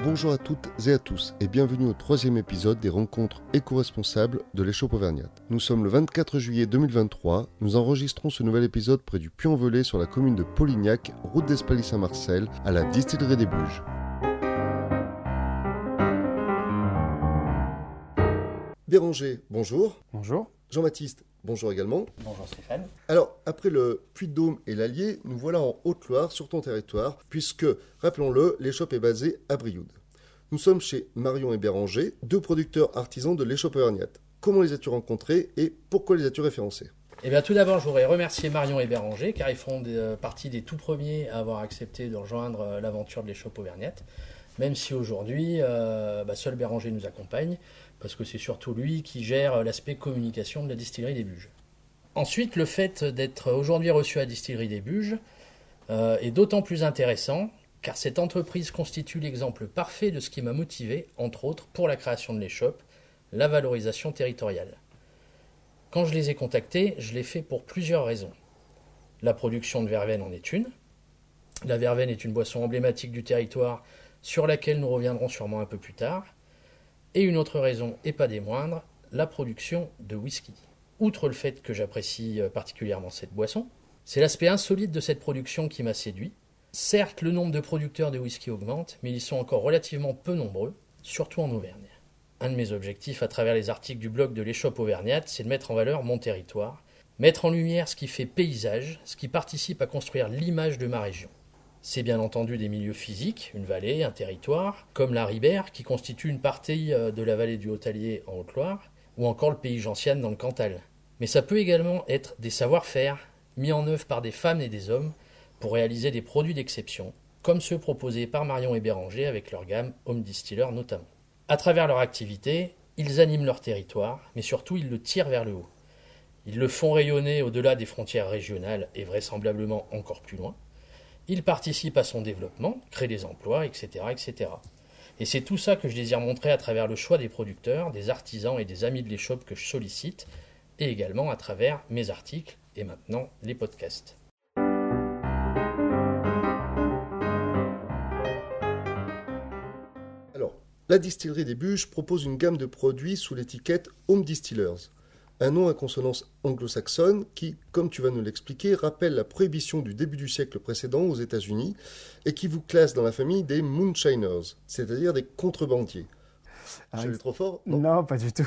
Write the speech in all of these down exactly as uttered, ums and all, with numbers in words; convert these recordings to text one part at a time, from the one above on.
Bonjour à toutes et à tous et bienvenue au troisième épisode des rencontres éco-responsables de l'Échoppe Auvergnate. Nous sommes le vingt-quatre juillet deux mille vingt-trois, nous enregistrons ce nouvel épisode près du Puy-en-Velay sur la commune de Polignac, route d'Espaly-Saint-Marcel, à la distillerie des Buges. Béranger, bonjour. Bonjour. Jean-Baptiste, bonjour également. Bonjour Stéphane. Alors, après le Puy-de-Dôme et l'Allier, nous voilà en Haute-Loire, sur ton territoire, puisque, rappelons-le, l'Échoppe est basée à Brioude. Nous sommes chez Marion et Béranger, deux producteurs artisans de l'Échoppe Auvergnate. Comment les as-tu rencontrés et pourquoi les as-tu référencés ? Eh bien, tout d'abord, je voudrais remercier Marion et Béranger, car ils font des, partie des tout premiers à avoir accepté de rejoindre euh, l'aventure de l'Échoppe Auvergnate, même si aujourd'hui, euh, bah, seul Béranger nous accompagne, parce que c'est surtout lui qui gère l'aspect communication de la distillerie des Buges. Ensuite, le fait d'être aujourd'hui reçu à la distillerie des Buges euh, est d'autant plus intéressant, car cette entreprise constitue l'exemple parfait de ce qui m'a motivé, entre autres, pour la création de l'Échoppe, la valorisation territoriale. Quand je les ai contactés, je l'ai fait pour plusieurs raisons. La production de verveine en est une. La verveine est une boisson emblématique du territoire sur laquelle nous reviendrons sûrement un peu plus tard. Et une autre raison, et pas des moindres, la production de whisky. Outre le fait que j'apprécie particulièrement cette boisson, c'est l'aspect insolite de cette production qui m'a séduit. Certes, le nombre de producteurs de whisky augmente, mais ils sont encore relativement peu nombreux, surtout en Auvergne. Un de mes objectifs à travers les articles du blog de l'Échoppe Auvergnate, c'est de mettre en valeur mon territoire, mettre en lumière ce qui fait paysage, ce qui participe à construire l'image de ma région. C'est bien entendu des milieux physiques, une vallée, un territoire, comme la Ribère qui constitue une partie de la vallée du Haut-Allier en Haute-Loire, ou encore le pays Gentiane dans le Cantal. Mais ça peut également être des savoir-faire mis en œuvre par des femmes et des hommes pour réaliser des produits d'exception, comme ceux proposés par Marion et Béranger avec leur gamme Home Distiller notamment. À travers leur activité, ils animent leur territoire, mais surtout ils le tirent vers le haut. Ils le font rayonner au-delà des frontières régionales et vraisemblablement encore plus loin. Ils participent à son développement, créent des emplois, et cetera, et cetera. Et c'est tout ça que je désire montrer à travers le choix des producteurs, des artisans et des amis de l'Échoppe que je sollicite, et également à travers mes articles et maintenant les podcasts. Alors, la distillerie des Buges propose une gamme de produits sous l'étiquette Home Distillers. Un nom à consonance anglo-saxonne qui, comme tu vas nous l'expliquer, rappelle la prohibition du début du siècle précédent aux États-Unis et qui vous classe dans la famille des moonshiners, c'est-à-dire des contrebandiers. Je suis trop fort ? Non, non, pas du tout.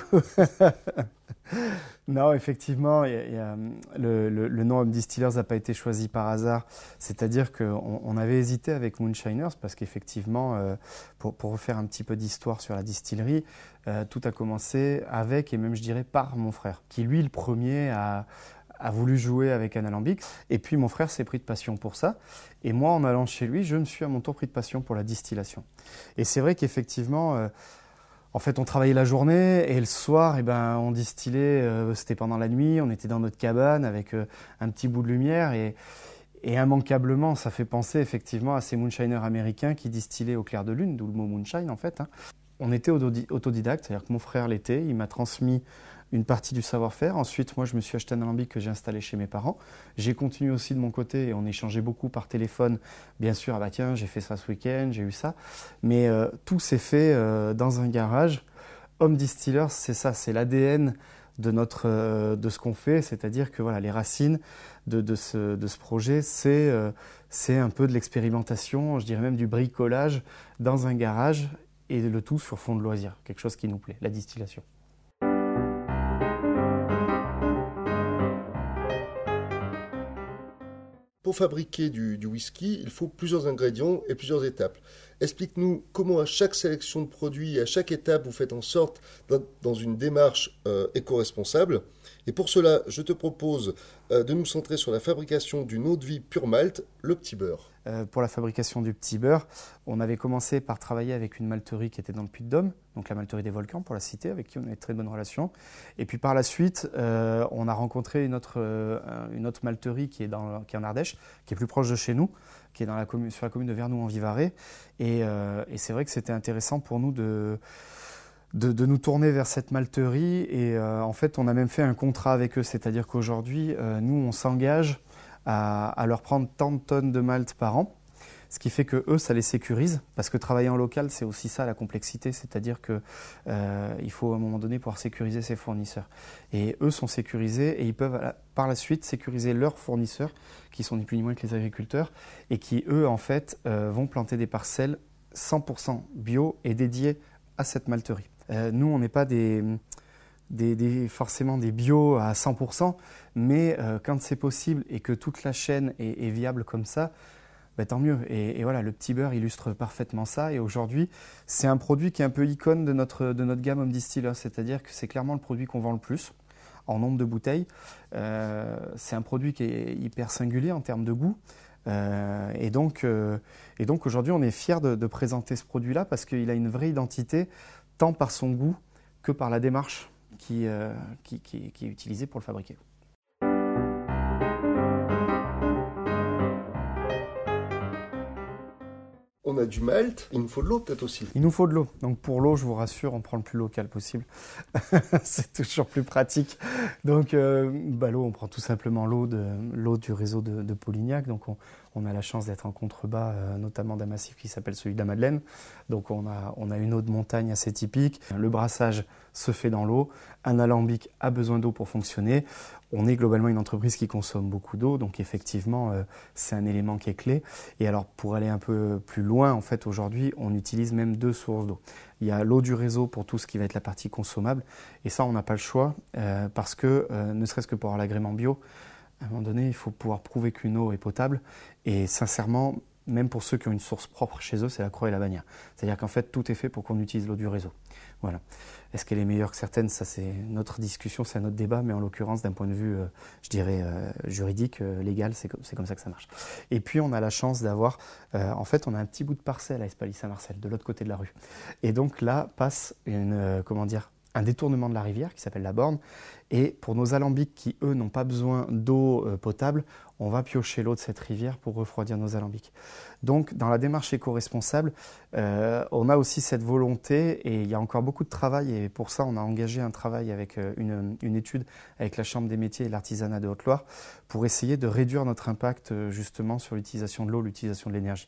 Non, effectivement, y a, y a, le, le, le nom Home Distillers n'a pas été choisi par hasard. C'est-à-dire qu'on on avait hésité avec Moonshiners parce qu'effectivement, euh, pour, pour refaire un petit peu d'histoire sur la distillerie, euh, tout a commencé avec, et même je dirais par mon frère, qui lui, le premier, a, a voulu jouer avec un alambic. Et puis mon frère s'est pris de passion pour ça. Et moi, en allant chez lui, je me suis à mon tour pris de passion pour la distillation. Et c'est vrai qu'effectivement... Euh, En fait, on travaillait la journée et le soir, eh ben, on distillait, euh, c'était pendant la nuit, on était dans notre cabane avec euh, un petit bout de lumière et, et immanquablement, ça fait penser effectivement à ces moonshiners américains qui distillaient au clair de lune, d'où le mot moonshine en fait. Hein. On était autodidacte, c'est-à-dire que mon frère l'était, il m'a transmis une partie du savoir-faire. Ensuite, moi, je me suis acheté un alambic que j'ai installé chez mes parents. J'ai continué aussi de mon côté et on échangeait beaucoup par téléphone. Bien sûr, ah bah tiens, j'ai fait ça ce week-end, j'ai eu ça. Mais euh, tout s'est fait euh, dans un garage. Home Distillers, c'est ça, c'est l'A D N de, notre, euh, de ce qu'on fait. C'est-à-dire que voilà, les racines de, de, ce, de ce projet, c'est, euh, c'est un peu de l'expérimentation, je dirais même du bricolage dans un garage et le tout sur fond de loisirs. Quelque chose qui nous plaît, la distillation. Pour fabriquer du, du whisky, il faut plusieurs ingrédients et plusieurs étapes. Explique-nous comment à chaque sélection de produits et à chaque étape, vous faites en sorte d'être dans une démarche euh, éco-responsable. Et pour cela, je te propose euh, de nous centrer sur la fabrication d'une eau de vie pure malt, le petit beurre. Euh, pour la fabrication du petit beurre, on avait commencé par travailler avec une malterie qui était dans le Puy-de-Dôme, donc la malterie des Volcans pour la citer, avec qui on avait de très bonnes relations. Et puis par la suite, euh, on a rencontré une autre, euh, une autre malterie qui est, dans, qui est en Ardèche, qui est plus proche de chez nous, qui est dans la commune, sur la commune de Vernoux-en-Vivarais. Et, euh, et c'est vrai que c'était intéressant pour nous de... De, de nous tourner vers cette malterie et euh, en fait on a même fait un contrat avec eux, c'est-à-dire qu'aujourd'hui euh, nous on s'engage à, à leur prendre tant de tonnes de malt par an, ce qui fait que eux, ça les sécurise, parce que travailler en local, c'est aussi ça la complexité, c'est-à-dire que euh, il faut à un moment donné pouvoir sécuriser ses fournisseurs. Et eux sont sécurisés et ils peuvent par la suite sécuriser leurs fournisseurs, qui sont ni plus ni moins que les agriculteurs, et qui eux en fait euh, vont planter des parcelles cent pour cent bio et dédiées à cette malterie. Euh, nous, on n'est pas des Des, des, forcément des bio à cent pour cent, mais euh, quand c'est possible et que toute la chaîne est, est viable comme ça, bah, tant mieux. Et, et voilà, le petit beurre illustre parfaitement ça. Et aujourd'hui, c'est un produit qui est un peu icône de notre, de notre gamme Home Distiller, c'est-à-dire que c'est clairement le produit qu'on vend le plus en nombre de bouteilles. Euh, c'est un produit qui est hyper singulier en termes de goût. Euh, et donc, euh, et donc aujourd'hui, on est fiers de, de présenter ce produit-là parce qu'il a une vraie identité, tant par son goût que par la démarche Qui, euh, qui, qui, qui est utilisé pour le fabriquer. On a du malt, il nous faut de l'eau peut-être aussi. Il nous faut de l'eau. Donc pour l'eau, je vous rassure, on prend le plus local possible. C'est toujours plus pratique. Donc euh, bah, l'eau, on prend tout simplement l'eau, de, l'eau du réseau de, de Polignac. Donc on, on a la chance d'être en contrebas, euh, notamment d'un massif qui s'appelle celui de la Madeleine. Donc on a, on a une eau de montagne assez typique. Le brassage se fait dans l'eau. Un alambic a besoin d'eau pour fonctionner. On est globalement une entreprise qui consomme beaucoup d'eau, donc effectivement, euh, c'est un élément qui est clé. Et alors, pour aller un peu plus loin, en fait, aujourd'hui, on utilise même deux sources d'eau. Il y a l'eau du réseau pour tout ce qui va être la partie consommable, et ça, on n'a pas le choix, euh, parce que, euh, ne serait-ce que pour avoir l'agrément bio, à un moment donné, il faut pouvoir prouver qu'une eau est potable, et sincèrement, même pour ceux qui ont une source propre chez eux, c'est la croix et la bannière. C'est-à-dire qu'en fait, tout est fait pour qu'on utilise l'eau du réseau. Voilà. Est-ce qu'elle est meilleure que certaines? Ça, c'est notre discussion, c'est un autre débat, mais en l'occurrence, d'un point de vue, euh, je dirais, euh, juridique, euh, légal, c'est, c'est comme ça que ça marche. Et puis, on a la chance d'avoir, euh, en fait, on a un petit bout de parcelle à Espaly-Saint-Marcel, de l'autre côté de la rue. Et donc là, passe une, euh, comment dire, un détournement de la rivière qui s'appelle la Borne. Et pour nos alambics qui, eux, n'ont pas besoin d'eau euh, potable, on va piocher l'eau de cette rivière pour refroidir nos alambics. Donc, dans la démarche éco-responsable, euh, on a aussi cette volonté et il y a encore beaucoup de travail. Et pour ça, on a engagé un travail avec euh, une, une étude avec la Chambre des métiers et l'artisanat de Haute-Loire pour essayer de réduire notre impact euh, justement sur l'utilisation de l'eau, l'utilisation de l'énergie.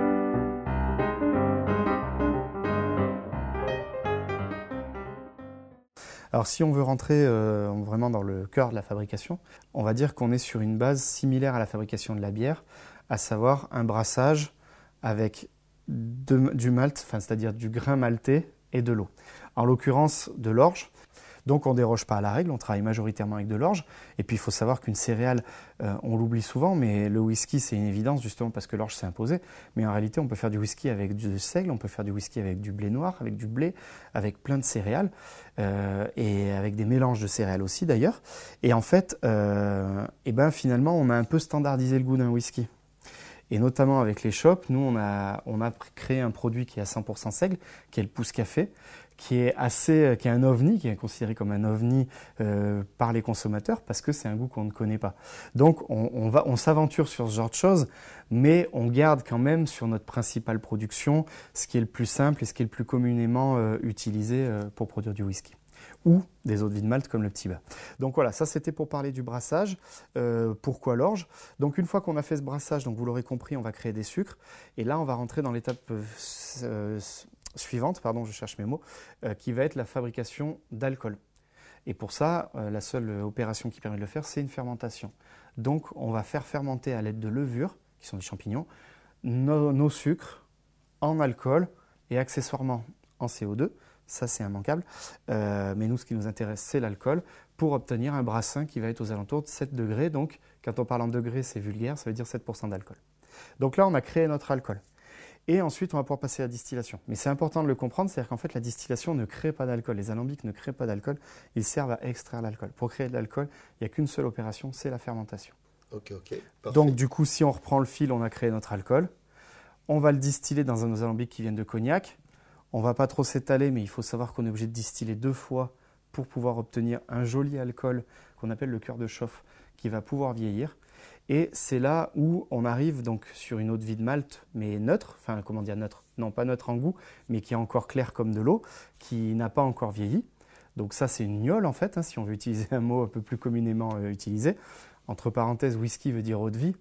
Alors si on veut rentrer euh, vraiment dans le cœur de la fabrication, on va dire qu'on est sur une base similaire à la fabrication de la bière, à savoir un brassage avec de, du malt, enfin, c'est-à-dire du grain maltais et de l'eau. En l'occurrence de l'orge. Donc on ne déroge pas à la règle, on travaille majoritairement avec de l'orge. Et puis il faut savoir qu'une céréale, euh, on l'oublie souvent, mais le whisky c'est une évidence justement parce que l'orge s'est imposé. Mais en réalité on peut faire du whisky avec du seigle, on peut faire du whisky avec du blé noir, avec du blé, avec plein de céréales euh, et avec des mélanges de céréales aussi d'ailleurs. Et en fait, euh, et ben, finalement on a un peu standardisé le goût d'un whisky. Et notamment avec les shops, nous on a, on a créé un produit qui est à cent pour cent seigle, qui est le Pousse Café, qui est assez, qui est un ovni, qui est considéré comme un ovni euh, par les consommateurs parce que c'est un goût qu'on ne connaît pas. Donc on, on, va, on s'aventure sur ce genre de choses, mais on garde quand même sur notre principale production ce qui est le plus simple et ce qui est le plus communément euh, utilisé euh, pour produire du whisky. Ou des eaux de vie de malt comme le petit bas. Donc voilà, ça c'était pour parler du brassage. Euh, pourquoi l'orge? Donc une fois qu'on a fait ce brassage, donc vous l'aurez compris, on va créer des sucres. Et là, on va rentrer dans l'étape euh, suivante, pardon, je cherche mes mots, euh, qui va être la fabrication d'alcool. Et pour ça, euh, la seule opération qui permet de le faire, c'est une fermentation. Donc on va faire fermenter à l'aide de levures, qui sont des champignons, nos, nos sucres en alcool et accessoirement en C O deux. Ça, c'est immanquable. Euh, mais nous, ce qui nous intéresse, c'est l'alcool pour obtenir un brassin qui va être aux alentours de sept degrés. Donc, quand on parle en degrés, c'est vulgaire, ça veut dire sept pour cent d'alcool. Donc là, on a créé notre alcool. Et ensuite, on va pouvoir passer à la distillation. Mais c'est important de le comprendre, c'est-à-dire qu'en fait, la distillation ne crée pas d'alcool. Les alambics ne créent pas d'alcool, ils servent à extraire l'alcool. Pour créer de l'alcool, il n'y a qu'une seule opération, c'est la fermentation. Ok, ok. Parfait. Donc, du coup, si on reprend le fil, on a créé notre alcool. On va le distiller dans nos alambics qui viennent de cognac. On ne va pas trop s'étaler, mais il faut savoir qu'on est obligé de distiller deux fois pour pouvoir obtenir un joli alcool qu'on appelle le cœur de chauffe, qui va pouvoir vieillir. Et c'est là où on arrive donc sur une eau de vie de malt, mais neutre, enfin comment dire neutre, non pas neutre en goût, mais qui est encore claire comme de l'eau, qui n'a pas encore vieilli. Donc ça c'est une gnôle en fait, hein, si on veut utiliser un mot un peu plus communément euh, utilisé. Entre parenthèses, whisky veut dire eau de vie.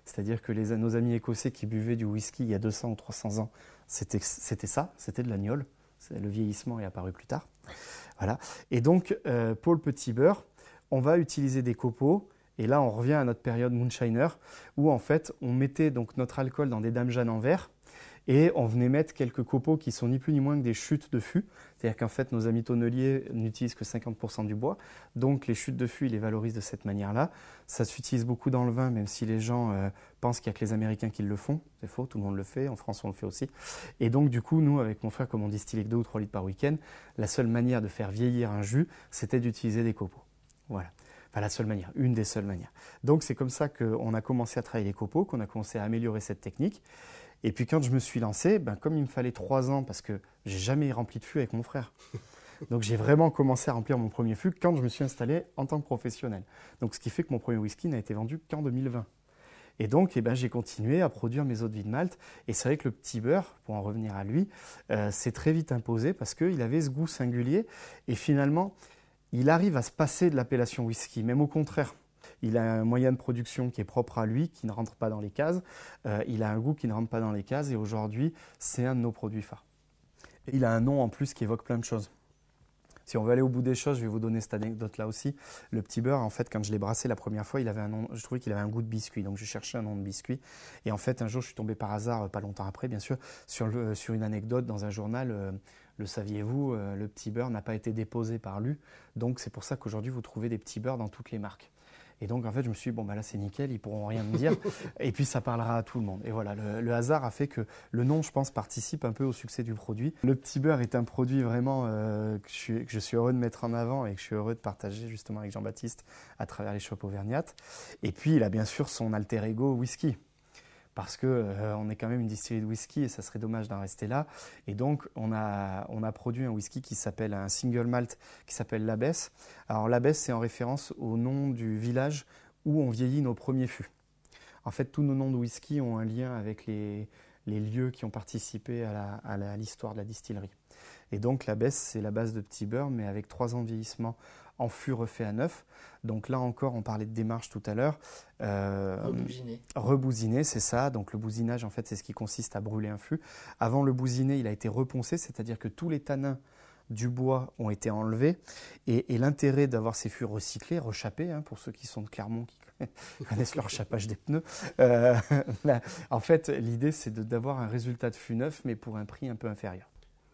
C'est-à-dire que les, nos amis écossais qui buvaient du whisky il y a deux cents ou trois cents ans, c'était ça, c'était de l'agnole. Le vieillissement est apparu plus tard. Voilà. Et donc, euh, pour le petit beurre, on va utiliser des copeaux. Et là, on revient à notre période moonshiner, où en fait, on mettait donc notre alcool dans des dames Jeanne en verre, et on venait mettre quelques copeaux qui sont ni plus ni moins que des chutes de fût. C'est-à-dire qu'en fait, nos amis tonneliers n'utilisent que cinquante pour cent du bois. Donc, les chutes de fût, ils les valorisent de cette manière-là. Ça s'utilise beaucoup dans le vin, même si les gens euh, pensent qu'il n'y a que les Américains qui le font. C'est faux, tout le monde le fait. En France, on le fait aussi. Et donc, du coup, nous, avec mon frère, comme on distillait que deux ou trois litres par week-end, la seule manière de faire vieillir un jus, c'était d'utiliser des copeaux. Voilà. Enfin, la seule manière, une des seules manières. Donc, c'est comme ça qu'on a commencé à travailler les copeaux, qu'on a commencé à améliorer cette technique. Et puis quand je me suis lancé, ben, comme il me fallait trois ans, parce que j'ai jamais rempli de fût avec mon frère. Donc j'ai vraiment commencé à remplir mon premier fût quand je me suis installé en tant que professionnel. Donc ce qui fait que mon premier whisky n'a été vendu qu'en deux mille vingt. Et donc eh ben, j'ai continué à produire mes eaux de vie de Malte. Et c'est vrai que le petit beurre, pour en revenir à lui, euh, s'est très vite imposé parce qu'il avait ce goût singulier. Et finalement, il arrive à se passer de l'appellation whisky, même au contraire. Il a un moyen de production qui est propre à lui, qui ne rentre pas dans les cases. Euh, il a un goût qui ne rentre pas dans les cases et aujourd'hui, c'est un de nos produits phares. Et il a un nom en plus qui évoque plein de choses. Si on veut aller au bout des choses, je vais vous donner cette anecdote-là aussi. Le petit beurre, en fait, quand je l'ai brassé la première fois, il avait un nom, je trouvais qu'il avait un goût de biscuit. Donc, je cherchais un nom de biscuit. Et en fait, un jour, je suis tombé par hasard, pas longtemps après, bien sûr, sur, le, sur une anecdote dans un journal. Euh, le saviez-vous, euh, le petit beurre n'a pas été déposé par Lu. Donc, c'est pour ça qu'aujourd'hui, vous trouvez des petits beurres dans toutes les marques. Et donc, en fait, je me suis dit, bon, bah là, c'est nickel, ils ne pourront rien me dire. Et puis, ça parlera à tout le monde. Et voilà, le, le hasard a fait que le nom, je pense, participe un peu au succès du produit. Le petit beurre est un produit vraiment euh, que, je suis, que je suis heureux de mettre en avant et que je suis heureux de partager justement avec Jean-Baptiste à travers les shops Auvergnat. Et puis, il a bien sûr son alter ego whisky. Parce qu'on euh, est quand même une distillerie de whisky et ça serait dommage d'en rester là. Et donc, on a, on a produit un whisky qui s'appelle un single malt, qui s'appelle l'Abbesse. Alors, l'Abbesse, c'est en référence au nom du village où on vieillit nos premiers fûts. En fait, tous nos noms de whisky ont un lien avec les, les lieux qui ont participé à, la, à l'histoire de la distillerie. Et donc, l'Abbesse, c'est la base de petit beurre, mais avec trois ans de vieillissement en fût refait à neuf. Donc là encore, on parlait de démarche tout à l'heure. Euh, rebousiner. Rebousiner, c'est ça. Donc le bousinage, en fait, c'est ce qui consiste à brûler un fût. Avant le bousiner, il a été reponcé, c'est-à-dire que tous les tanins du bois ont été enlevés. Et, et l'intérêt d'avoir ces fûts recyclés, rechappés, hein, pour ceux qui sont de Clermont, qui connaissent le rechappage des pneus. Euh, là, en fait, l'idée, c'est de, d'avoir un résultat de fût neuf, mais pour un prix un peu inférieur.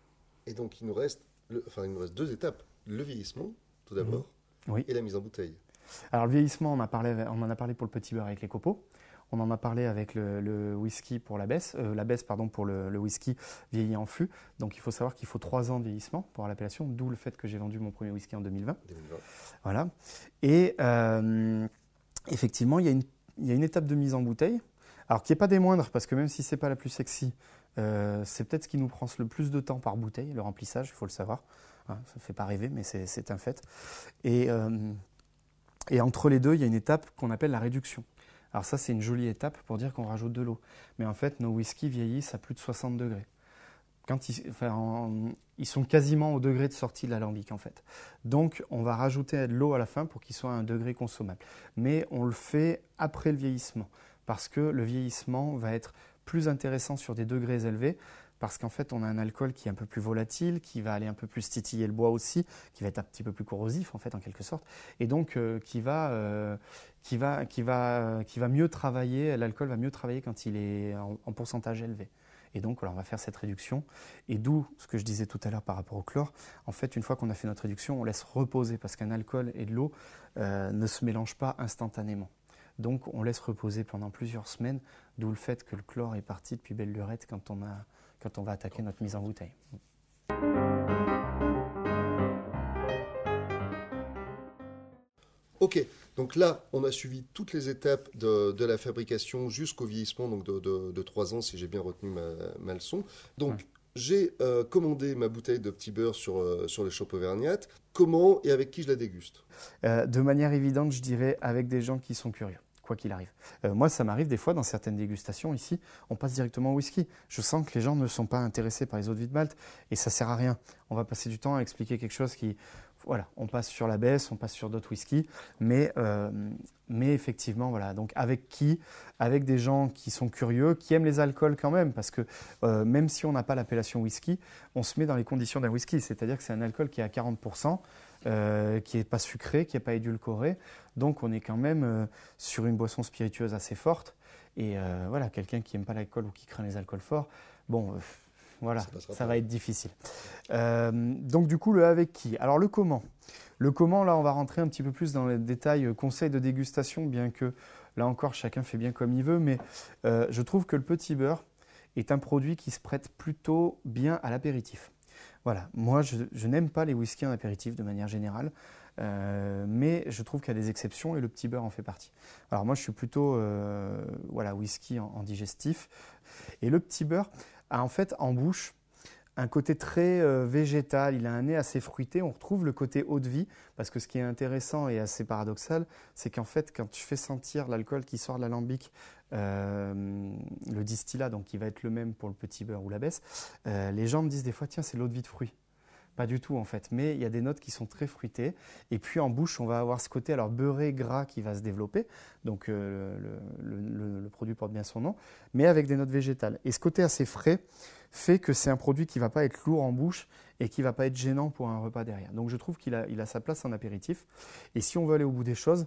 Et donc, il nous reste, le, enfin, il nous reste deux étapes. Le vieillissement, tout d'abord, mmh. oui. et la mise en bouteille. Alors, le vieillissement, on, a parlé, on en a parlé pour le petit beurre avec les copeaux. On en a parlé avec le, le whisky pour l'Abbesse, euh, l'Abbesse pardon, pour le, le whisky vieilli en fût. Donc, il faut savoir qu'il faut trois ans de vieillissement pour l'appellation, d'où le fait que j'ai vendu mon premier whisky en deux mille vingt. deux mille vingt. Voilà. Et euh, effectivement, il y a une, il y a une étape de mise en bouteille, alors qui n'est pas des moindres, parce que même si ce n'est pas la plus sexy, euh, c'est peut-être ce qui nous prend le plus de temps par bouteille, le remplissage, il faut le savoir. Hein, ça ne fait pas rêver, mais c'est, c'est un fait. Et, euh, et entre les deux, il y a une étape qu'on appelle la réduction. Alors ça, c'est une jolie étape pour dire qu'on rajoute de l'eau. Mais en fait, nos whiskies vieillissent à plus de soixante degrés. Quand ils, enfin, en, ils sont quasiment au degré de sortie de l'alambic, en fait. Donc, on va rajouter de l'eau à la fin pour qu'ils soient à un degré consommable. Mais on le fait après le vieillissement, parce que le vieillissement va être plus intéressant sur des degrés élevés, parce qu'en fait, on a un alcool qui est un peu plus volatile, qui va aller un peu plus titiller le bois aussi, qui va être un petit peu plus corrosif, en fait, en quelque sorte, et donc euh, qui, va, euh, qui, va, qui, va, qui va mieux travailler, l'alcool va mieux travailler quand il est en, en pourcentage élevé. Et donc, voilà, on va faire cette réduction, et d'où ce que je disais tout à l'heure par rapport au chlore. En fait, une fois qu'on a fait notre réduction, on laisse reposer, parce qu'un alcool et de l'eau euh, ne se mélangent pas instantanément. Donc, on laisse reposer pendant plusieurs semaines, d'où le fait que le chlore est parti depuis belle lurette quand on a... quand on va attaquer notre mise en bouteille. Ok, donc là, on a suivi toutes les étapes de, de la fabrication jusqu'au vieillissement, donc de, de, de trois ans, si j'ai bien retenu ma, ma leçon. Donc, ouais. j'ai euh, commandé ma bouteille de petit beurre sur, euh, sur les shops Auvergnat. Comment et avec qui je la déguste ? euh, De manière évidente, je dirais avec des gens qui sont curieux. Quoi qu'il arrive. Euh, moi, ça m'arrive des fois dans certaines dégustations ici, on passe directement au whisky. Je sens que les gens ne sont pas intéressés par les eaux de vie de Malte et ça ne sert à rien. On va passer du temps à expliquer quelque chose qui, voilà, on passe sur la baisse, on passe sur d'autres whiskies, mais, euh, mais effectivement, voilà, donc avec qui? Avec des gens qui sont curieux, qui aiment les alcools quand même, parce que euh, même si on n'a pas l'appellation whisky, on se met dans les conditions d'un whisky, c'est-à-dire que c'est un alcool qui est à quarante pour cent, euh, qui n'est pas sucré, qui n'est pas édulcoré, donc on est quand même euh, sur une boisson spiritueuse assez forte, et euh, voilà, quelqu'un qui n'aime pas l'alcool ou qui craint les alcools forts, bon... Euh, Voilà, ça, ça va être difficile. Euh, donc du coup, le avec qui? Alors le comment. Le comment, là, on va rentrer un petit peu plus dans les détails euh, conseils de dégustation, bien que là encore, chacun fait bien comme il veut. Mais euh, je trouve que le petit beurre est un produit qui se prête plutôt bien à l'apéritif. Voilà, moi, je, je n'aime pas les whiskies en apéritif de manière générale. Euh, mais je trouve qu'il y a des exceptions et le petit beurre en fait partie. Alors moi, je suis plutôt euh, voilà, whisky en, en digestif. Et le petit beurre a en fait en bouche un côté très euh, végétal, il a un nez assez fruité, on retrouve le côté eau de vie, parce que ce qui est intéressant et assez paradoxal, c'est qu'en fait quand tu fais sentir l'alcool qui sort de l'alambic, euh, le distillat, donc qui va être le même pour le petit beurre ou la baisse, euh, les gens me disent des fois tiens c'est l'eau de vie de fruits. Pas du tout en fait, mais il y a des notes qui sont très fruitées. Et puis en bouche, on va avoir ce côté alors beurré, gras qui va se développer. Donc euh, le, le, le, le produit porte bien son nom, mais avec des notes végétales. Et ce côté assez frais fait que c'est un produit qui ne va pas être lourd en bouche et qui ne va pas être gênant pour un repas derrière. Donc je trouve qu'il a, il a sa place en apéritif. Et si on veut aller au bout des choses,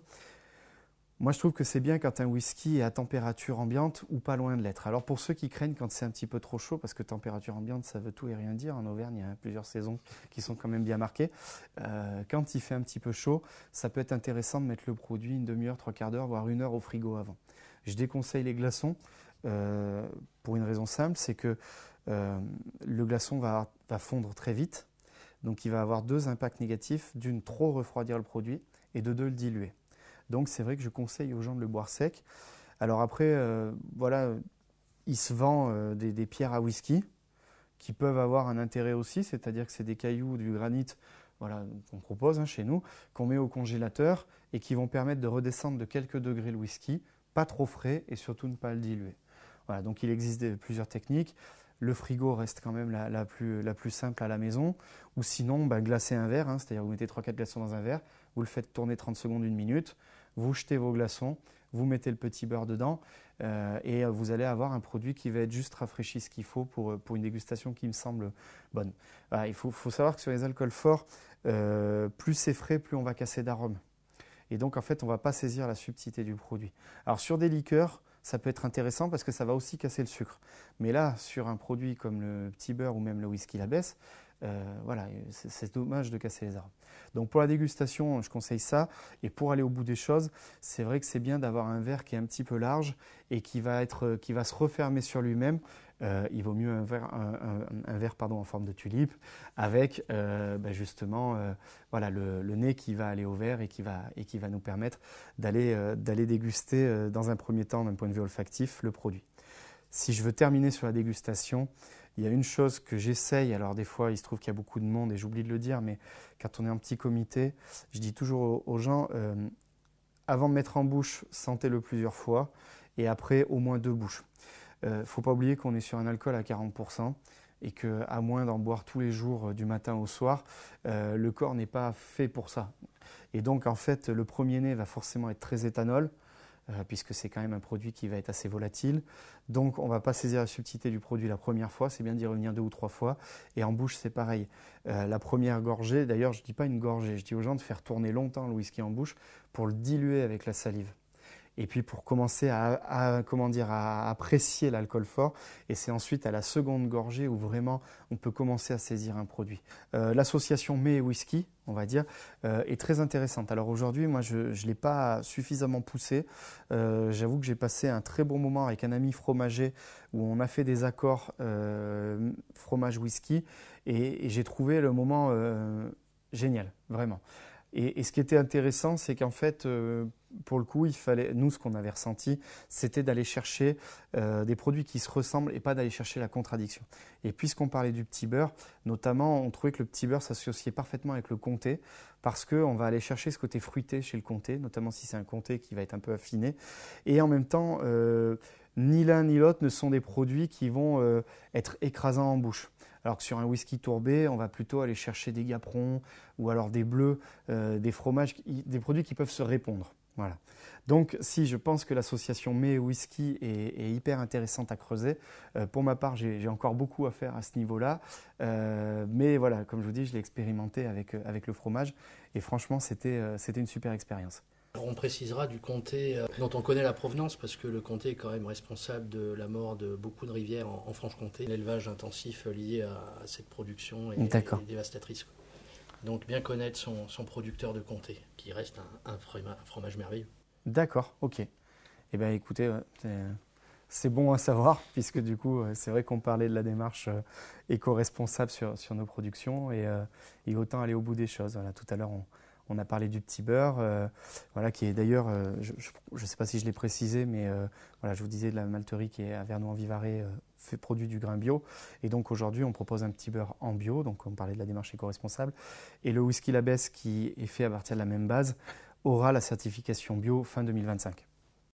moi, je trouve que c'est bien quand un whisky est à température ambiante ou pas loin de l'être. Alors pour ceux qui craignent quand c'est un petit peu trop chaud, parce que température ambiante, ça veut tout et rien dire. En Auvergne, il y a plusieurs saisons qui sont quand même bien marquées. Euh, quand il fait un petit peu chaud, ça peut être intéressant de mettre le produit une demi-heure, trois quarts d'heure, voire une heure au frigo avant. Je déconseille les glaçons euh, pour une raison simple, c'est que euh, le glaçon va, va fondre très vite. Donc il va avoir deux impacts négatifs. D'une, trop refroidir le produit et de deux, le diluer. Donc c'est vrai que je conseille aux gens de le boire sec. Alors après, euh, voilà, il se vend euh, des, des pierres à whisky qui peuvent avoir un intérêt aussi, c'est-à-dire que c'est des cailloux, du granit, voilà, qu'on propose hein, chez nous, qu'on met au congélateur et qui vont permettre de redescendre de quelques degrés le whisky, pas trop frais et surtout ne pas le diluer. Voilà, donc il existe des, plusieurs techniques. Le frigo reste quand même la, la, plus, la plus simple à la maison. Ou sinon, bah, glacer un verre, hein, c'est-à-dire vous mettez trois quatre glaçons dans un verre, vous le faites tourner trente secondes, une minute, vous jetez vos glaçons, vous mettez le petit beurre dedans euh, et vous allez avoir un produit qui va être juste rafraîchi ce qu'il faut pour, pour une dégustation qui me semble bonne. Voilà, il faut, faut savoir que sur les alcools forts, euh, plus c'est frais, plus on va casser d'arômes. Et donc en fait, on ne va pas saisir la subtilité du produit. Alors sur des liqueurs, ça peut être intéressant parce que ça va aussi casser le sucre. Mais là, sur un produit comme le petit beurre ou même le whisky la baisse, euh, voilà, c'est, c'est dommage de casser les arômes. Donc pour la dégustation, je conseille ça. Et pour aller au bout des choses, c'est vrai que c'est bien d'avoir un verre qui est un petit peu large et qui va, être, qui va se refermer sur lui-même. Euh, il vaut mieux un verre, un, un, un verre pardon, en forme de tulipe avec euh, ben justement euh, voilà, le, le nez qui va aller au verre et qui va, et qui va nous permettre d'aller, euh, d'aller déguster euh, dans un premier temps d'un point de vue olfactif le produit. Si je veux terminer sur la dégustation, il y a une chose que j'essaye, alors des fois il se trouve qu'il y a beaucoup de monde et j'oublie de le dire, mais quand on est en petit comité, je dis toujours aux, aux gens, euh, avant de mettre en bouche, sentez-le plusieurs fois et après au moins deux bouches. Il ne euh, faut pas oublier qu'on est sur un alcool à quarante pour cent et qu'à moins d'en boire tous les jours euh, du matin au soir, euh, le corps n'est pas fait pour ça. Et donc en fait, le premier nez va forcément être très éthanol, euh, puisque c'est quand même un produit qui va être assez volatile. Donc on ne va pas saisir la subtilité du produit la première fois, c'est bien d'y revenir deux ou trois fois. Et en bouche, c'est pareil. Euh, la première gorgée, d'ailleurs je ne dis pas une gorgée, je dis aux gens de faire tourner longtemps le whisky en bouche pour le diluer avec la salive. Et puis pour commencer à, à, comment dire, à apprécier l'alcool fort. Et c'est ensuite à la seconde gorgée où vraiment on peut commencer à saisir un produit. Euh, l'association mets et whisky, on va dire, euh, est très intéressante. Alors aujourd'hui, moi, je ne l'ai pas suffisamment poussé. Euh, j'avoue que j'ai passé un très bon moment avec un ami fromager où on a fait des accords euh, fromage-whisky et, et j'ai trouvé le moment euh, génial, vraiment. Et, et ce qui était intéressant, c'est qu'en fait, euh, pour le coup, il fallait, nous, ce qu'on avait ressenti, c'était d'aller chercher euh, des produits qui se ressemblent et pas d'aller chercher la contradiction. Et puisqu'on parlait du petit beurre, notamment, on trouvait que le petit beurre s'associait parfaitement avec le comté parce qu'on va aller chercher ce côté fruité chez le comté, notamment si c'est un comté qui va être un peu affiné. Et en même temps, euh, ni l'un ni l'autre ne sont des produits qui vont euh, être écrasants en bouche. alors que sur un whisky tourbé, on va plutôt aller chercher des gaperons ou alors des bleus, euh, des fromages, des produits qui peuvent se répondre. Voilà. Donc, si je pense que l'association mets et whisky est, est hyper intéressante à creuser, euh, pour ma part, j'ai, j'ai encore beaucoup à faire à ce niveau-là. Euh, mais voilà, comme je vous dis, je l'ai expérimenté avec, avec le fromage et franchement, c'était, euh, c'était une super expérience. Alors on précisera du comté euh, dont on connaît la provenance parce que le comté est quand même responsable de la mort de beaucoup de rivières en, en Franche-Comté. L'élevage intensif lié à, à cette production est, est dévastatrice, quoi. Donc bien connaître son, son producteur de comté, qui reste un, un, fromage, un fromage merveilleux. D'accord, ok. Eh bien écoutez, c'est, c'est bon à savoir, puisque du coup, c'est vrai qu'on parlait de la démarche éco-responsable sur, sur nos productions, et, euh, et autant aller au bout des choses. Voilà, tout à l'heure, on, on a parlé du petit beurre, euh, voilà, qui est d'ailleurs, euh, je ne sais pas si je l'ai précisé, mais euh, voilà, je vous disais de la malterie qui est à Vernois-en-Vivarais, euh, fait produit du grain bio. Et donc aujourd'hui, on propose un petit beurre en bio, donc on parlait de la démarche éco-responsable. Et le whisky Labesse, qui est fait à partir de la même base, aura la certification bio fin deux mille vingt-cinq.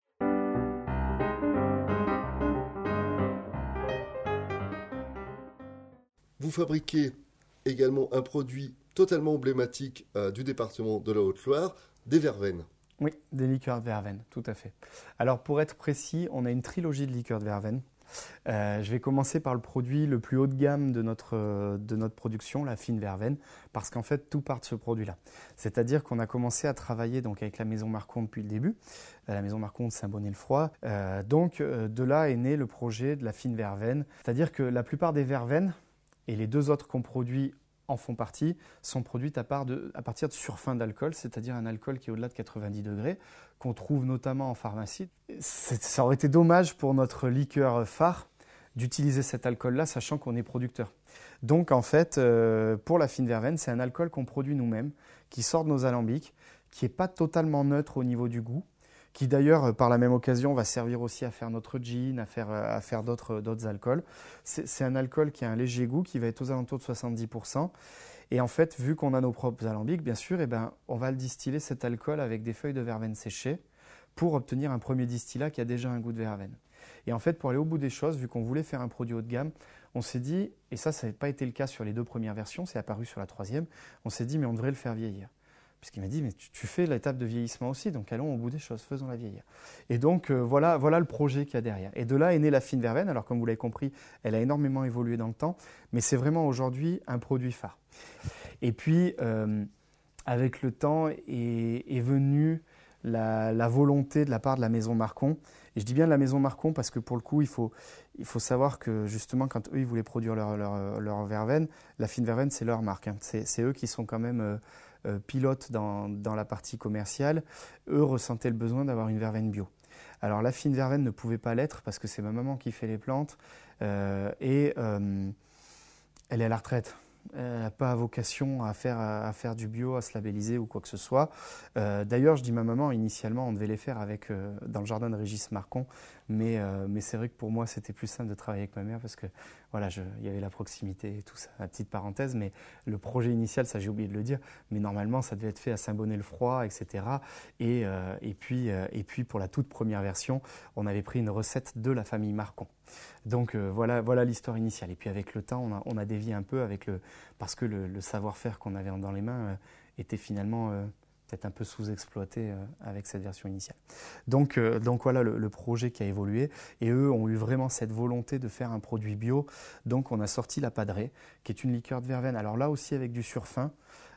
Vous fabriquez également un produit totalement emblématique euh, du département de la Haute-Loire, des verveines. Oui, des liqueurs de verveine, tout à fait. Alors pour être précis, on a une trilogie de liqueurs de verveine. Euh, je vais commencer par le produit le plus haut de gamme de notre, de notre production, la fine verveine, parce qu'en fait tout part de ce produit-là. C'est-à-dire qu'on a commencé à travailler donc, avec la maison Marcon depuis le début, la maison Marcon de Saint-Bonnet-le-Froid. Euh, donc euh, de là est né le projet de la fine verveine. C'est-à-dire que la plupart des verveines, et les deux autres qu'on produit en font partie, sont produites à, part de, à partir de surfins d'alcool, c'est-à-dire un alcool qui est au-delà de quatre-vingt-dix degrés, qu'on trouve notamment en pharmacie. C'est, ça aurait été dommage pour notre liqueur phare d'utiliser cet alcool-là, sachant qu'on est producteur. Donc en fait, euh, pour la fine verveine, c'est un alcool qu'on produit nous-mêmes, qui sort de nos alambics, qui n'est pas totalement neutre au niveau du goût, qui d'ailleurs, par la même occasion, va servir aussi à faire notre gin, à faire, à faire d'autres, d'autres alcools. C'est, c'est un alcool qui a un léger goût, qui va être aux alentours de soixante-dix pour cent. Et en fait, vu qu'on a nos propres alambics, bien sûr, eh ben, on va le distiller, cet alcool, avec des feuilles de verveine séchées, pour obtenir un premier distillat qui a déjà un goût de verveine. Et en fait, pour aller au bout des choses, vu qu'on voulait faire un produit haut de gamme, on s'est dit, et ça, ça n'a pas été le cas sur les deux premières versions, c'est apparu sur la troisième, on s'est dit, mais on devrait le faire vieillir. Puisqu'il m'a dit, mais tu, tu fais l'étape de vieillissement aussi, donc allons au bout des choses, faisons-la vieillir. Et donc, euh, voilà, voilà le projet qu'il y a derrière. Et de là est née la fine verveine. Alors, comme vous l'avez compris, elle a énormément évolué dans le temps, mais c'est vraiment aujourd'hui un produit phare. Et puis, euh, avec le temps, est, est venue la, la volonté de la part de la maison Marcon. Et je dis bien de la maison Marcon parce que pour le coup, il faut, il faut savoir que justement, quand eux, ils voulaient produire leur, leur, leur verveine, la fine verveine, c'est leur marque. Hein. C'est, c'est eux qui sont quand même... Euh, Euh, pilotes dans, dans la partie commerciale, eux ressentaient le besoin d'avoir une verveine bio. Alors la fine verveine ne pouvait pas l'être parce que c'est ma maman qui fait les plantes euh, et euh, elle est à la retraite. Elle n'a pas vocation à faire, à faire du bio, à se labelliser ou quoi que ce soit. Euh, d'ailleurs, je dis ma maman, initialement, on devait les faire avec, euh, dans le jardin de Régis Marcon, mais, euh, mais c'est vrai que pour moi, c'était plus simple de travailler avec ma mère parce que voilà, je, il y avait la proximité et tout ça. La petite parenthèse, mais le projet initial, ça j'ai oublié de le dire, mais normalement, ça devait être fait à Saint-Bonnet-le-Froid, et cetera. Et, euh, et, puis, euh, et puis, pour la toute première version, on avait pris une recette de la famille Marcon. Donc euh, voilà, voilà l'histoire initiale. Et puis avec le temps, on a, on a dévié un peu avec le, parce que le, le savoir-faire qu'on avait dans les mains euh, était finalement euh, peut-être un peu sous-exploité euh, avec cette version initiale. Donc, euh, donc voilà le, le projet qui a évolué. Et eux ont eu vraiment cette volonté de faire un produit bio. Donc on a sorti la Padrée, qui est une liqueur de verveine. Alors là aussi avec du surfin.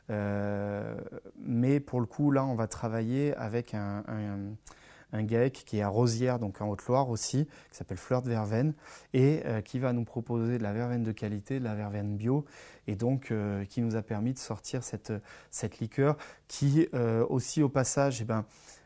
Euh, mais pour le coup, là, on va travailler avec un... un un GAEC qui est à Rosières, donc en Haute-Loire aussi, qui s'appelle Fleur de Verveine, et euh, qui va nous proposer de la verveine de qualité, de la verveine bio, et donc euh, qui nous a permis de sortir cette, cette liqueur qui euh, aussi au passage eh ben,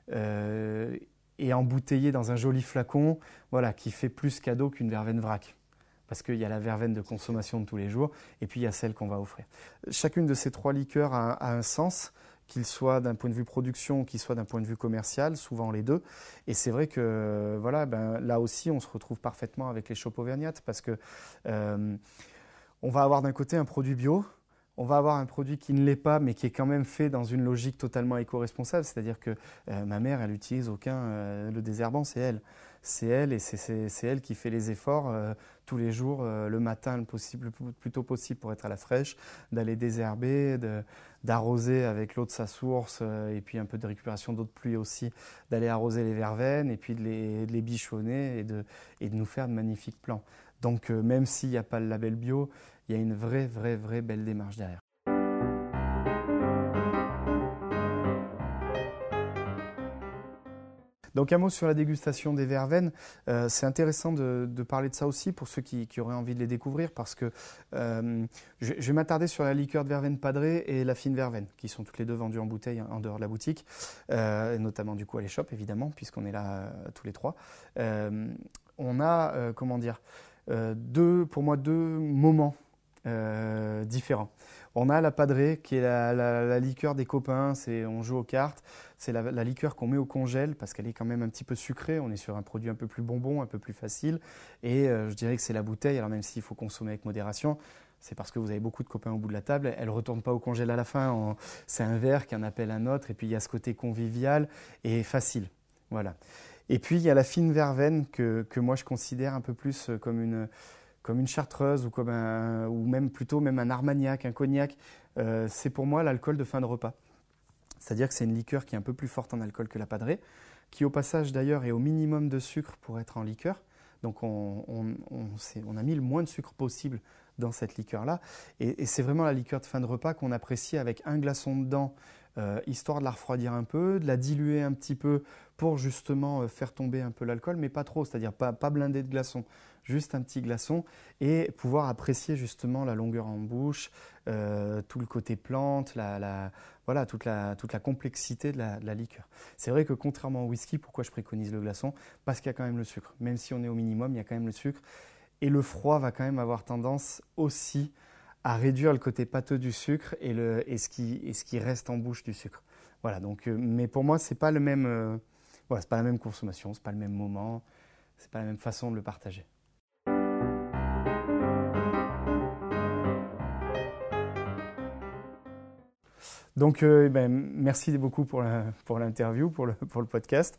euh, est embouteillée dans un joli flacon, voilà, qui fait plus cadeau qu'une verveine vrac. Parce qu'il y a la verveine de consommation de tous les jours, et puis il y a celle qu'on va offrir. Chacune de ces trois liqueurs a, a un sens, qu'il soit d'un point de vue production, qu'il soit d'un point de vue commercial, souvent les deux. Et c'est vrai que voilà, ben, là aussi, on se retrouve parfaitement avec les chopes auvergnates parce que euh, on va avoir d'un côté un produit bio, on va avoir un produit qui ne l'est pas, mais qui est quand même fait dans une logique totalement éco-responsable. C'est-à-dire que euh, ma mère, elle n'utilise aucun... Euh, le désherbant, c'est elle. c'est elle et c'est, c'est, c'est elle qui fait les efforts euh, tous les jours, euh, le matin le, possible, le plus tôt possible pour être à la fraîche, d'aller désherber, de, d'arroser avec l'eau de sa source euh, et puis un peu de récupération d'eau de pluie aussi, d'aller arroser les verveines et puis de les, de les bichonner et de, et de nous faire de magnifiques plants. Donc euh, même s'il n'y a pas le label bio, il y a une vraie, vraie, vraie belle démarche derrière. Donc un mot sur la dégustation des verveines, euh, c'est intéressant de, de parler de ça aussi pour ceux qui, qui auraient envie de les découvrir parce que euh, je, je vais m'attarder sur la liqueur de verveine padrée et la fine verveine qui sont toutes les deux vendues en bouteille en dehors de la boutique, euh, et notamment du coup à l'échoppe évidemment puisqu'on est là euh, tous les trois. Euh, on a, euh, comment dire, euh, deux, pour moi deux moments euh, différents. On a la padrée qui est la, la, la liqueur des copains, c'est, on joue aux cartes, c'est la, la liqueur qu'on met au congèle parce qu'elle est quand même un petit peu sucrée, on est sur un produit un peu plus bonbon, un peu plus facile et euh, je dirais que c'est la bouteille, alors même s'il faut consommer avec modération, c'est parce que vous avez beaucoup de copains au bout de la table, elle ne retourne pas au congèle à la fin, on, c'est un verre qui en appelle un autre et puis il y a ce côté convivial et facile, voilà. Et puis il y a la fine verveine que, que moi je considère un peu plus comme une... comme une chartreuse ou, comme un, ou même plutôt même un armagnac, un cognac, euh, c'est pour moi l'alcool de fin de repas. C'est-à-dire que c'est une liqueur qui est un peu plus forte en alcool que la padrée, qui au passage d'ailleurs est au minimum de sucre pour être en liqueur. Donc on, on, on, on a mis le moins de sucre possible dans cette liqueur-là. Et, et c'est vraiment la liqueur de fin de repas qu'on apprécie avec un glaçon dedans, euh, histoire de la refroidir un peu, de la diluer un petit peu pour justement euh, faire tomber un peu l'alcool, mais pas trop, c'est-à-dire pas, pas blindé de glaçons. Juste un petit glaçon et pouvoir apprécier justement la longueur en bouche, euh, tout le côté plante, la, la, voilà, toute, la, toute la complexité de la, de la liqueur. C'est vrai que contrairement au whisky, pourquoi je préconise le glaçon? Parce qu'il y a quand même le sucre. Même si on est au minimum, il y a quand même le sucre. Et le froid va quand même avoir tendance aussi à réduire le côté pâteux du sucre et, le, et, ce, qui, et ce qui reste en bouche du sucre. Voilà, donc, euh, mais pour moi, ce n'est pas, le même, euh, voilà, c'est pas la même consommation, ce n'est pas le même moment, ce n'est pas la même façon de le partager. Donc, euh, ben, merci beaucoup pour, la, pour l'interview, pour le, pour le podcast.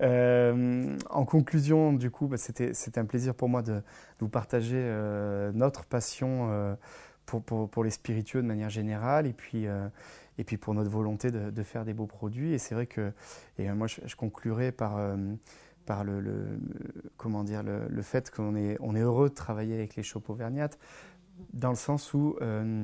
Euh, en conclusion, du coup, ben, c'était, c'était un plaisir pour moi de, de vous partager euh, notre passion euh, pour, pour, pour les spiritueux de manière générale et puis, euh, et puis pour notre volonté de, de faire des beaux produits. Et c'est vrai que, et moi, je, je conclurai par, euh, par le, le, comment dire, le, le fait qu'on est, on est heureux de travailler avec les Chopes Auvergnates, dans le sens où... Euh,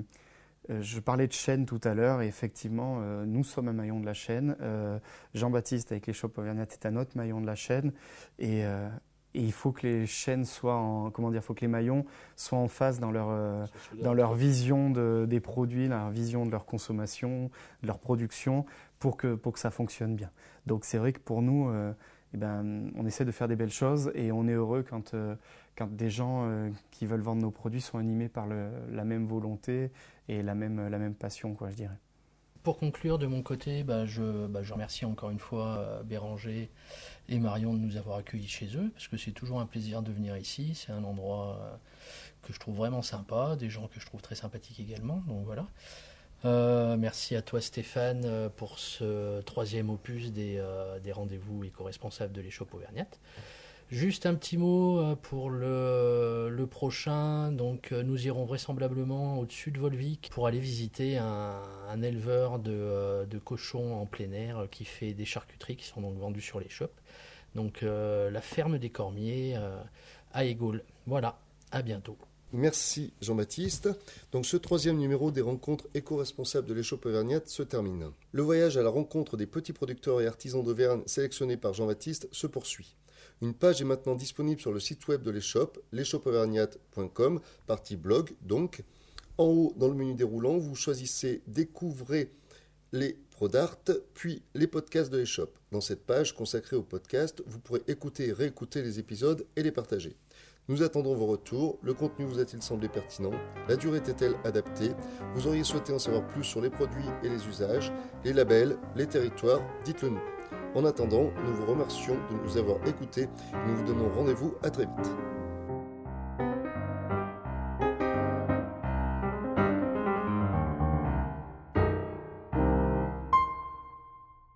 Je parlais de chaîne tout à l'heure et effectivement, euh, nous sommes un maillon de la chaîne. Euh, Jean-Baptiste avec les Chopes Auvergnates est un autre maillon de la chaîne et, euh, et il faut que les chaînes soient en, comment dire, faut que les maillons soient en phase dans leur, euh, dans leur vision de, des produits, leur vision de leur consommation, de leur production pour que, pour que ça fonctionne bien. Donc c'est vrai que pour nous, euh, eh ben, on essaie de faire des belles choses et on est heureux quand, euh, quand des gens euh, qui veulent vendre nos produits sont animés par le, la même volonté et la même, la même passion, quoi, je dirais. Pour conclure, de mon côté, bah, je, bah, je remercie encore une fois euh, Béranger et Marion de nous avoir accueillis chez eux, parce que c'est toujours un plaisir de venir ici. C'est un endroit euh, que je trouve vraiment sympa, des gens que je trouve très sympathiques également, donc voilà. Euh, merci à toi Stéphane pour ce troisième opus des, euh, des rendez-vous éco-responsables de l'Échoppe Auvergnate. Juste un petit mot pour le, le prochain. Donc, nous irons vraisemblablement au-dessus de Volvic pour aller visiter un, un éleveur de, de cochons en plein air qui fait des charcuteries qui sont donc vendues sur l'Échoppe. Donc, euh, la ferme des Cormiers euh, à Égaule. Voilà, à bientôt. Merci Jean-Baptiste. Donc ce troisième numéro des rencontres éco-responsables de l'Échoppe Auvergnate se termine. Le voyage à la rencontre des petits producteurs et artisans d'Auvergne sélectionnés par Jean-Baptiste se poursuit. Une page est maintenant disponible sur le site web de l'Échoppe, l'échoppe auvergnate point com, partie blog donc. En haut, dans le menu déroulant, vous choisissez « Découvrez les Prodart », puis les podcasts de l'Échoppe. Dans cette page consacrée aux podcasts, vous pourrez écouter et réécouter les épisodes et les partager. Nous attendons vos retours. Le contenu vous a-t-il semblé pertinent? La durée était-elle adaptée? Vous auriez souhaité en savoir plus sur les produits et les usages, les labels, les territoires? Dites-le nous. En attendant, nous vous remercions de nous avoir écoutés et nous vous donnons rendez-vous à très vite.